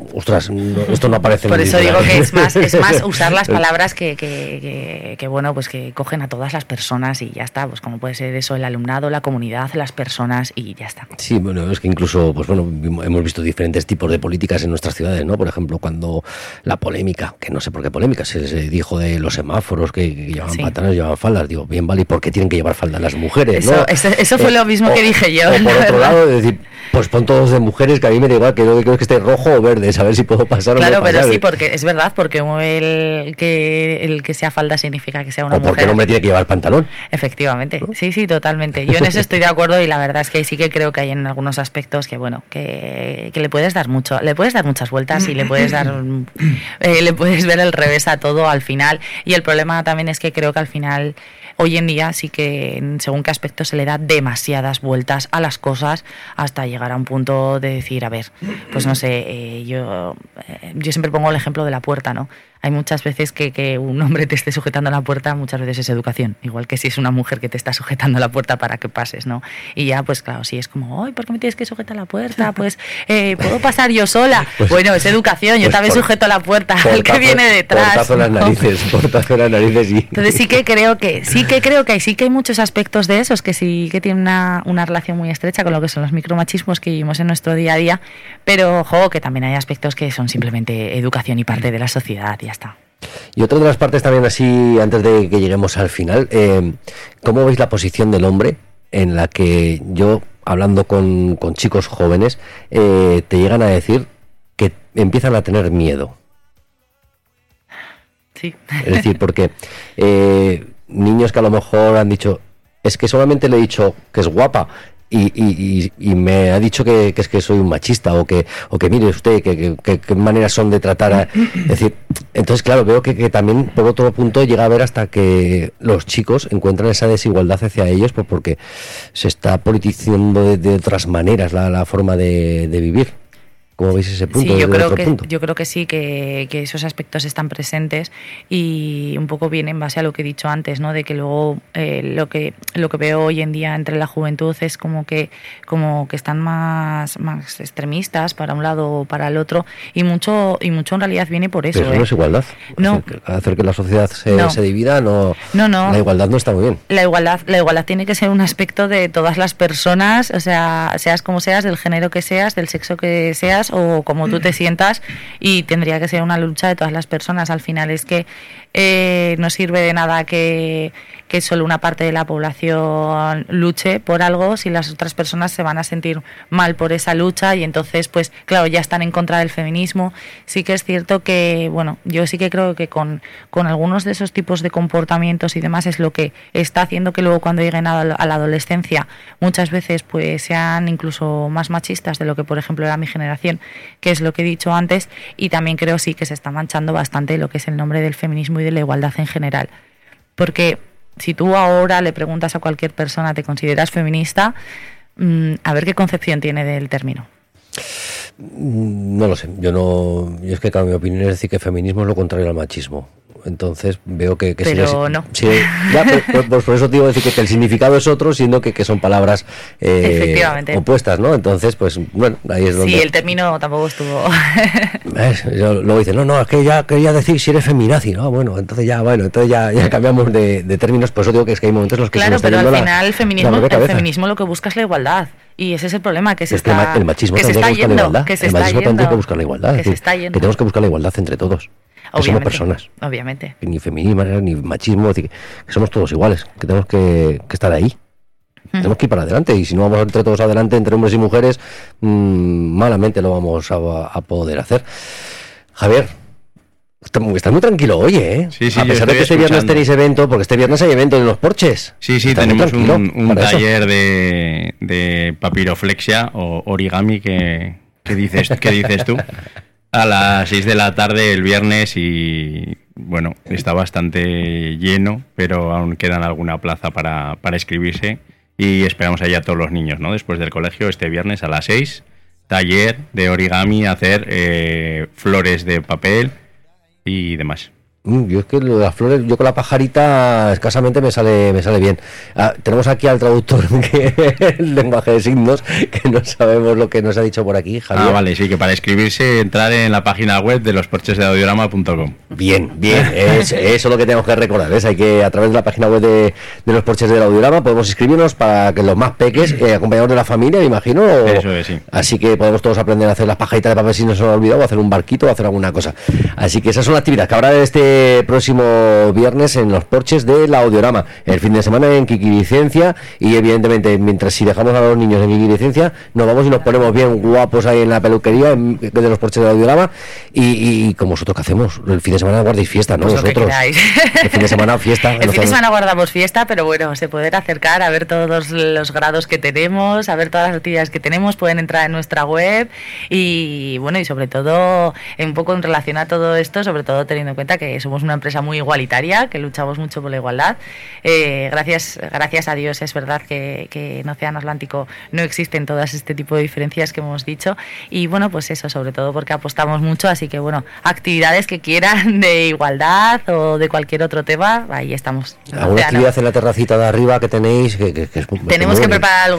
S4: ostras, esto no aparece en
S6: Por
S4: el
S6: eso digo
S4: diccionario.
S6: que es más usar las palabras que bueno, pues que cogen a todas las personas y ya está, pues como puede ser eso, el alumnado, la comunidad, las personas y ya está.
S4: Sí, bueno, es que incluso, pues bueno, hemos visto diferentes tipos de políticas en nuestras ciudades, ¿no? Por ejemplo, cuando la polémica, que no sé por qué polémica, se dijo de los semáforos que llevaban pantalones, llevaban faldas, digo, bien, vale, ¿y por qué tienen que llevar faldas las mujeres, no?
S6: Eso fue lo mismo que dije yo.
S4: O por otro lado, decir, pues pon todos de mujeres, que a mí me da igual, que yo creo que esté rojo o verde, saber si puedo pasar o no.
S6: Claro, pero sí, porque es verdad, porque el que sea falda significa que sea una mujer.
S4: O porque el hombre tiene que llevar pantalón.
S6: Efectivamente, sí, totalmente. Yo en eso estoy de acuerdo y la verdad es que sí que creo que hay en algunos aspectos que, bueno, que le puedes dar muchas vueltas y le puedes ver el revés a todo al final. Y el problema también es que creo que al final, hoy en día sí que según qué aspecto se le da demasiadas vueltas a las cosas hasta llegar a un punto de decir, a ver, pues no sé, yo siempre pongo el ejemplo de la puerta, ¿no? Hay muchas veces que un hombre te esté sujetando la puerta, muchas veces es educación, igual que si es una mujer que te está sujetando la puerta para que pases, ¿no? Y ya, pues claro, si es como, ay, ¿por qué me tienes que sujetar la puerta? Pues, ¿puedo pasar yo sola? Pues, bueno, es educación, yo también sujeto la puerta al que viene detrás.
S4: Portazo en las narices, y...
S6: Entonces sí que creo que hay muchos aspectos de esos que sí que tienen una relación muy estrecha con lo que son los micromachismos que vivimos en nuestro día a día, pero, ojo, que también hay aspectos que son simplemente educación y parte de la sociedad, ya está.
S4: Y otra de las partes también así, antes de que lleguemos al final, ¿cómo veis la posición del hombre en la que yo, hablando con chicos jóvenes, te llegan a decir que empiezan a tener miedo?
S6: Sí.
S4: Es decir, porque niños que a lo mejor han dicho, es que solamente le he dicho que es guapa, y me ha dicho que es que soy un machista o que mire usted que maneras son de tratar a... Es decir, entonces claro, veo que también por otro punto llega a ver hasta que los chicos encuentran esa desigualdad hacia ellos porque se está politizando de otras maneras la forma de vivir. ¿Cómo veis ese punto?
S6: Sí, yo creo que sí, que esos aspectos están presentes y un poco viene en base a lo que he dicho antes, ¿no? De que luego lo que veo hoy en día entre la juventud es como que están más extremistas para un lado o para el otro y mucho en realidad viene por eso.
S4: Pero eso no es igualdad.
S6: No.
S4: Hacer que la sociedad se divida, no. La igualdad no está muy bien.
S6: La igualdad tiene que ser un aspecto de todas las personas, o sea, seas como seas, del género que seas, del sexo que seas o como tú te sientas, y tendría que ser una lucha de todas las personas. Al final es que no sirve de nada que solo una parte de la población luche por algo si las otras personas se van a sentir mal por esa lucha y entonces pues claro, ya están en contra del feminismo. Sí que es cierto que, bueno, yo sí que creo que con algunos de esos tipos de comportamientos y demás es lo que está haciendo que luego cuando lleguen a la adolescencia muchas veces pues sean incluso más machistas de lo que por ejemplo era mi generación, que es lo que he dicho antes, y también creo sí que se está manchando bastante lo que es el nombre del feminismo y de la igualdad en general, porque si tú ahora le preguntas a cualquier persona, ¿te consideras feminista? A ver qué concepción tiene del término.
S4: No lo sé, yo es que, claro, mi opinión es decir que feminismo es lo contrario al machismo. Entonces veo que
S6: pero no.
S4: Sí, ya, pues por eso te digo decir que el significado es otro, siendo que son palabras opuestas, ¿no? Entonces, pues bueno, ahí es donde...
S6: Sí, el término tampoco estuvo...
S4: Luego dicen, no, es que ya quería decir si eres feminazi, ¿no? Bueno, entonces ya cambiamos de términos, por eso digo que es que hay momentos en los que
S6: claro,
S4: se nos está
S6: pero
S4: yendo
S6: al final el feminismo lo que busca es la igualdad. Y ese es el problema, que se está
S4: el machismo
S6: que se está yendo,
S4: que se está yendo. El machismo también tiene que buscar la igualdad. Que tenemos que buscar la igualdad entre todos. Que somos personas.
S6: Obviamente.
S4: Ni feminismo, ni machismo, que somos todos iguales, que tenemos que estar ahí. Tenemos que ir para adelante, y si no vamos entre todos adelante, entre hombres y mujeres, malamente lo vamos a poder hacer. Javier, estás muy tranquilo hoy, ¿eh?
S5: Sí,
S4: a pesar de que este viernes tenéis evento, porque este viernes hay evento en los porches.
S5: Sí, tenemos un taller de papiroflexia o origami que dices tú a las 6 de la tarde el viernes, y bueno, está bastante lleno, pero aún quedan alguna plaza para inscribirse, y esperamos allá a todos los niños, ¿no? Después del colegio, este viernes a las 6, taller de origami, hacer flores de papel y demás.
S4: Yo es que las flores, yo con la pajarita escasamente me sale bien. Tenemos aquí al traductor el lenguaje de signos, que no sabemos lo que nos ha dicho por aquí, Javier.
S5: Vale, sí, que para inscribirse entrar en la página web de losporchesdeaudiorama.com.
S4: Bien, eso es lo que tenemos que recordar, ¿ves? Hay que, a través de la página web de los Porches del Audiorama, podemos inscribirnos para que los más peques, acompañados de la familia, me imagino.
S5: Eso es, sí.
S4: Así que podemos todos aprender a hacer las pajaritas de papel si no se nos ha olvidado, o hacer un barquito o hacer alguna cosa. Así que esas son las actividades que habrá este próximo viernes en los Porches del Audiorama. El fin de semana en Quiquiricencia, y evidentemente, mientras si dejamos a los niños en Quiquiricencia, nos vamos y nos ponemos bien guapos ahí en la peluquería de los Porches del Audiorama, y como vosotros que hacemos, el fin de semana guardéis fiesta, ¿no?
S6: Pues
S4: nosotros. El fin de semana fiesta.
S6: El fin de semana guardamos fiesta, pero bueno, se pueden acercar a ver todos los grados que tenemos, a ver todas las actividades que tenemos, pueden entrar en nuestra web y bueno, y sobre todo, un poco en relación a todo esto, sobre todo teniendo en cuenta que somos una empresa muy igualitaria, que luchamos mucho por la igualdad. Gracias a Dios es verdad que en Océano Atlántico no existen todas este tipo de diferencias que hemos dicho, y bueno, pues eso, sobre todo porque apostamos mucho, así que bueno, actividades que quieran de igualdad o de cualquier otro tema, ahí estamos.
S4: ¿Alguna actividad en la terracita de arriba que tenéis?
S6: Tenemos que preparar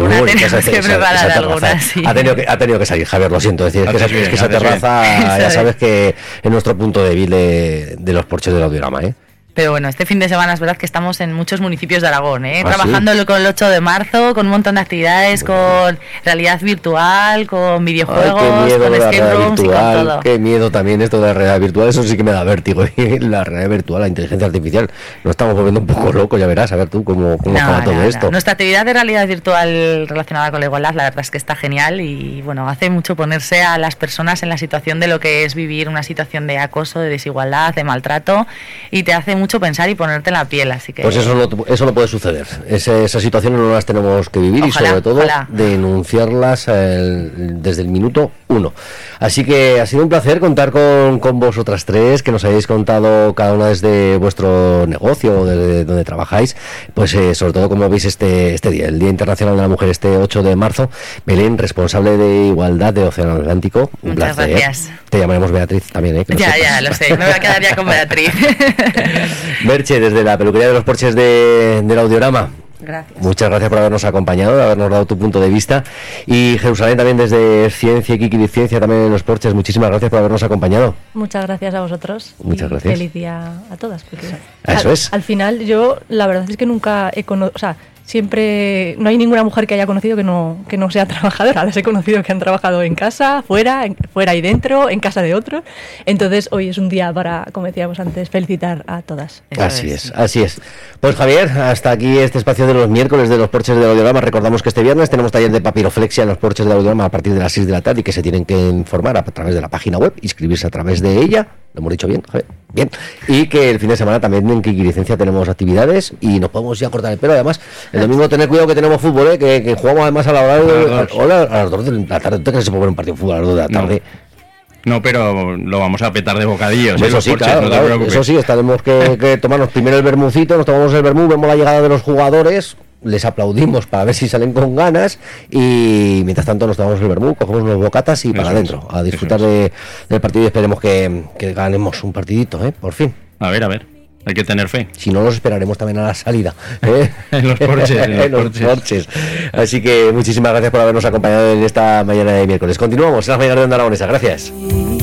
S6: algunas, sí.
S4: Ha tenido que salir, Javier, lo siento. Es decir, es que esa terraza ya sabes que es nuestro punto débil de los Porches del Audiorama, ¿eh?
S6: Pero bueno, este fin de semana es verdad que estamos en muchos municipios de Aragón, trabajando
S4: ¿sí?
S6: con el 8 de marzo, con un montón de actividades, con realidad virtual, con videojuegos, con escape rooms y con todo.
S4: Qué miedo también esto de la realidad virtual, eso sí que me da vértigo. La realidad virtual, la inteligencia artificial, nos estamos volviendo un poco locos, ya verás, a ver tú cómo acaba todo esto.
S6: Nuestra actividad de realidad virtual relacionada con la igualdad, la verdad es que está genial, y bueno, hace mucho ponerse a las personas en la situación de lo que es vivir una situación de acoso, de desigualdad, de maltrato, y te hace mucho pensar y ponerte en la piel, así que...
S4: Pues eso no puede suceder, esas situaciones no las tenemos que vivir, ojalá, y sobre todo denunciarlas desde el minuto 1. Así que ha sido un placer contar con vosotras tres, que nos hayáis contado cada una desde vuestro negocio, desde donde trabajáis, pues sobre todo como veis este día, el Día Internacional de la Mujer, este 8 de marzo. Belén, responsable de igualdad de Océano Atlántico, un
S6: Muchas
S4: placer.
S6: Gracias.
S4: Te llamaremos Beatriz también, ¿eh?
S6: Ya lo sé, me voy a quedar ya con Beatriz.
S4: Merche, desde la peluquería de los Porches del Audiorama.
S7: Gracias.
S4: Muchas gracias por habernos acompañado, de habernos dado tu punto de vista. Y Jerusalén también desde Ciencia y Quiquiriciencia, también en los Porches. Muchísimas gracias por habernos acompañado.
S8: Muchas gracias a vosotros.
S4: Muchas gracias.
S8: Feliz día a todas.
S4: Eso es.
S8: Al final yo la verdad es que nunca he conocido, o sea, siempre no hay ninguna mujer que haya conocido que no sea trabajadora. Las he conocido que han trabajado en casa, fuera y dentro, en casa de otros. Entonces hoy es un día para, como decíamos antes, felicitar a todas.
S4: Así es. Pues Javier, hasta aquí este espacio de los miércoles de los Porches del Audiorama. Recordamos que este viernes tenemos taller de papiroflexia en los Porches del Audiorama a partir de las 6 de la tarde, y que se tienen que informar a través de la página web, inscribirse a través de ella. Lo hemos dicho bien, Javier. Bien. Y que el fin de semana también en Quiquiricencia tenemos actividades y nos podemos ya cortar el pelo. Además, el domingo tener cuidado que tenemos fútbol, que jugamos además a la hora a las 2 de la tarde. ¿Tú crees que se puede ver un partido de fútbol a las 2 de la tarde?
S5: No, pero lo vamos a petar de bocadillos.
S4: Eso sí,
S5: Porches,
S4: claro,
S5: no te preocupes.
S4: eso sí, tenemos que tomarnos primero el vermucito, nos tomamos el vermú, vemos la llegada de los jugadores, les aplaudimos para ver si salen con ganas, y mientras tanto nos tomamos el vermú, cogemos unos bocatas y para adentro, a disfrutar del partido, y esperemos que ganemos un partidito, por fin.
S5: A ver. Hay que tener fe.
S4: Si no, los esperaremos también a la salida.
S5: En los Porches.
S4: En los Porches. Así que muchísimas gracias por habernos acompañado en esta mañana de miércoles. Continuamos en las mañanas de Onda Aragonesa. Gracias.